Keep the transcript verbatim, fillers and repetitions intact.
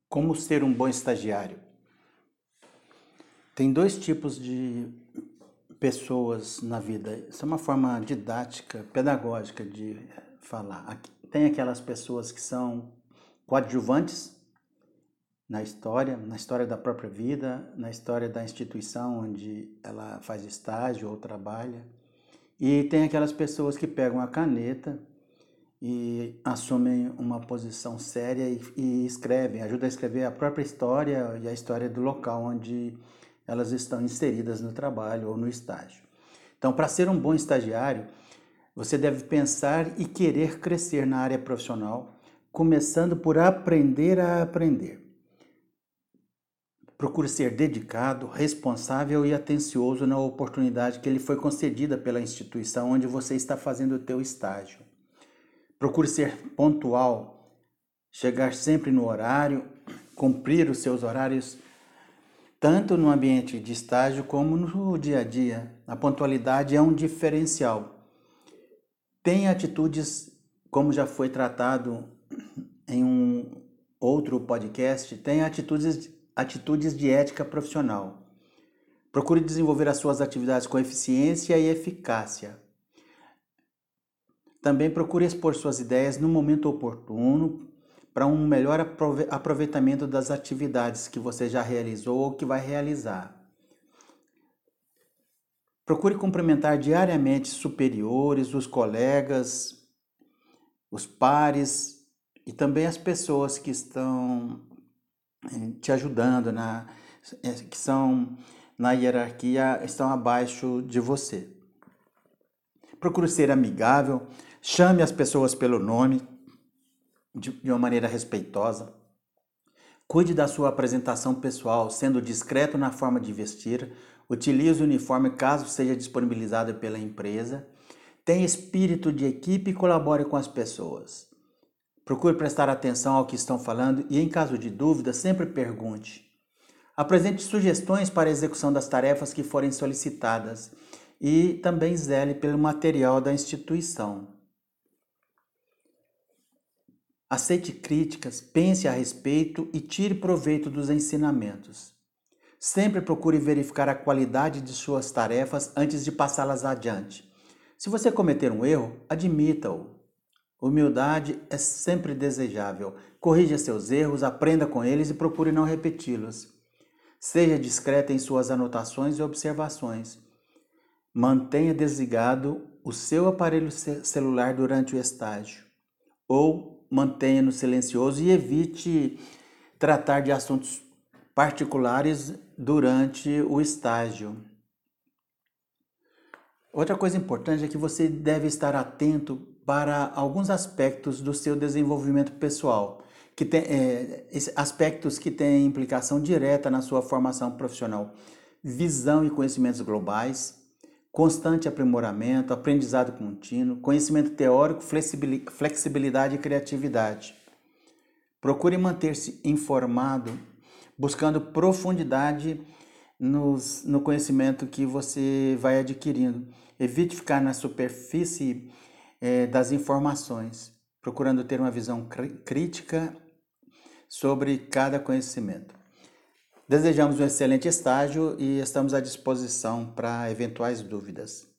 Como ser um bom estagiário? Tem dois tipos de pessoas na vida. Isso é uma forma didática, pedagógica de falar. Tem aquelas pessoas que são coadjuvantes na história, na história da própria vida, na história da instituição onde ela faz estágio ou trabalha. E tem aquelas pessoas que pegam a caneta e assumem uma posição séria e, e escrevem, ajudam a escrever a própria história e a história do local onde elas estão inseridas no trabalho ou no estágio. Então, para ser um bom estagiário, você deve pensar e querer crescer na área profissional, começando por aprender a aprender. Procure ser dedicado, responsável e atencioso na oportunidade que lhe foi concedida pela instituição onde você está fazendo o teu estágio. Procure ser pontual, chegar sempre no horário, cumprir os seus horários, tanto no ambiente de estágio como no dia a dia. A pontualidade é um diferencial. Tenha atitudes, como já foi tratado em um outro podcast, tenha atitudes, atitudes de ética profissional. Procure desenvolver as suas atividades com eficiência e eficácia. Também procure expor suas ideias no momento oportuno para um melhor aproveitamento das atividades que você já realizou ou que vai realizar. Procure cumprimentar diariamente superiores, os colegas, os pares e também as pessoas que estão te ajudando, na, que são na hierarquia, estão abaixo de você. Procure ser amigável, chame as pessoas pelo nome, de, de uma maneira respeitosa. Cuide da sua apresentação pessoal, sendo discreto na forma de vestir. Utilize o uniforme caso seja disponibilizado pela empresa. Tenha espírito de equipe e colabore com as pessoas. Procure prestar atenção ao que estão falando e, em caso de dúvida, sempre pergunte. Apresente sugestões para a execução das tarefas que forem solicitadas e também zele pelo material da instituição. Aceite críticas, pense a respeito e tire proveito dos ensinamentos. Sempre procure verificar a qualidade de suas tarefas antes de passá-las adiante. Se você cometer um erro, admita-o. Humildade é sempre desejável. Corrija seus erros, aprenda com eles e procure não repeti-los. Seja discreta em suas anotações e observações. Mantenha desligado o seu aparelho celular durante o estágio. Ou mantenha-no silencioso e evite tratar de assuntos particulares durante o estágio. Outra coisa importante é que você deve estar atento para alguns aspectos do seu desenvolvimento pessoal, que tem, é, aspectos que têm implicação direta na sua formação profissional. Visão e conhecimentos globais, constante aprimoramento, aprendizado contínuo, conhecimento teórico, flexibilidade e criatividade. Procure manter-se informado, buscando profundidade nos, no conhecimento que você vai adquirindo. Evite ficar na superfície eh, das informações, procurando ter uma visão crítica sobre cada conhecimento. Desejamos um excelente estágio e estamos à disposição para eventuais dúvidas.